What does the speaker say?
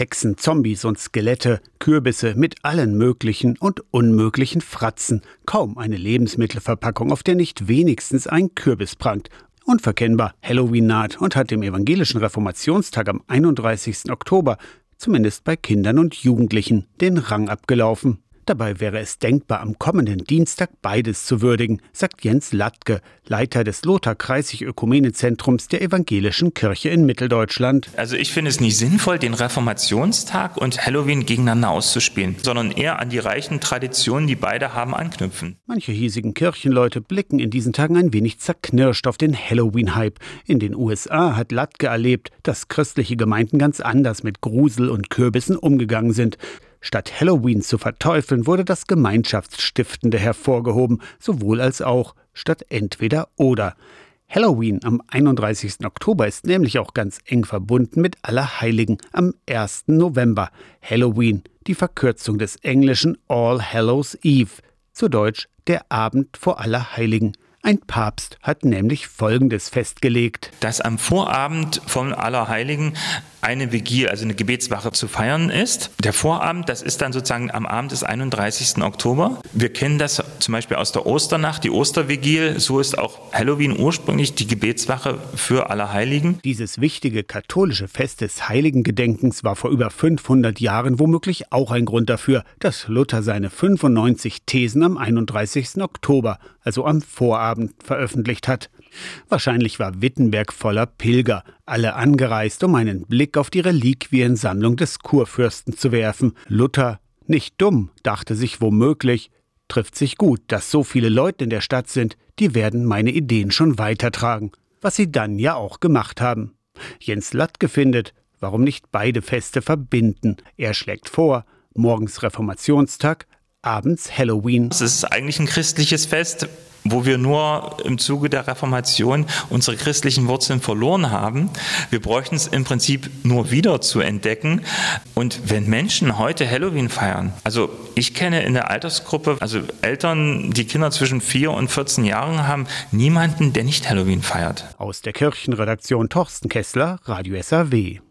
Hexen, Zombies und Skelette, Kürbisse mit allen möglichen und unmöglichen Fratzen. Kaum eine Lebensmittelverpackung, auf der nicht wenigstens ein Kürbis prangt. Unverkennbar, Halloween naht und hat dem evangelischen Reformationstag am 31. Oktober, zumindest bei Kindern und Jugendlichen, den Rang abgelaufen. Dabei wäre es denkbar, am kommenden Dienstag beides zu würdigen, sagt Jens Latke, Leiter des Lothar-Kreisig-Ökumene-Zentrums der Evangelischen Kirche in Mitteldeutschland. Also ich finde es nicht sinnvoll, den Reformationstag und Halloween gegeneinander auszuspielen, sondern eher an die reichen Traditionen, die beide haben, anknüpfen. Manche hiesigen Kirchenleute blicken in diesen Tagen ein wenig zerknirscht auf den Halloween-Hype. In den USA hat Latke erlebt, dass christliche Gemeinden ganz anders mit Grusel und Kürbissen umgegangen sind. Statt Halloween zu verteufeln, wurde das Gemeinschaftsstiftende hervorgehoben, sowohl als auch statt entweder oder. Halloween am 31. Oktober ist nämlich auch ganz eng verbunden mit Allerheiligen am 1. November. Halloween, die Verkürzung des englischen All Hallows Eve, zu Deutsch der Abend vor Allerheiligen. Ein Papst hat nämlich Folgendes festgelegt: Dass am Vorabend von Allerheiligen eine Vigilie, also eine Gebetswache zu feiern ist. Der Vorabend, das ist dann sozusagen am Abend des 31. Oktober. Wir kennen das zum Beispiel aus der Osternacht, die Ostervigilie. So ist auch Halloween ursprünglich die Gebetswache für Allerheiligen. Dieses wichtige katholische Fest des Heiligengedenkens war vor über 500 Jahren womöglich auch ein Grund dafür, dass Luther seine 95 Thesen am 31. Oktober, also am Vorabend, veröffentlicht hat. Wahrscheinlich war Wittenberg voller Pilger, alle angereist, um einen Blick auf die Reliquiensammlung des Kurfürsten zu werfen. Luther, nicht dumm, dachte sich womöglich, trifft sich gut, dass so viele Leute in der Stadt sind, die werden meine Ideen schon weitertragen. Was sie dann ja auch gemacht haben. Jens Latke findet, warum nicht beide Feste verbinden? Er schlägt vor, morgens Reformationstag, abends Halloween. Es ist eigentlich ein christliches Fest, wo wir nur im Zuge der Reformation unsere christlichen Wurzeln verloren haben. Wir bräuchten es im Prinzip nur wieder zu entdecken. Und wenn Menschen heute Halloween feiern, also ich kenne in der Altersgruppe, also Eltern, die Kinder zwischen 4 und 14 Jahren haben, niemanden, der nicht Halloween feiert. Aus der Kirchenredaktion Torsten Kessler, Radio SAW.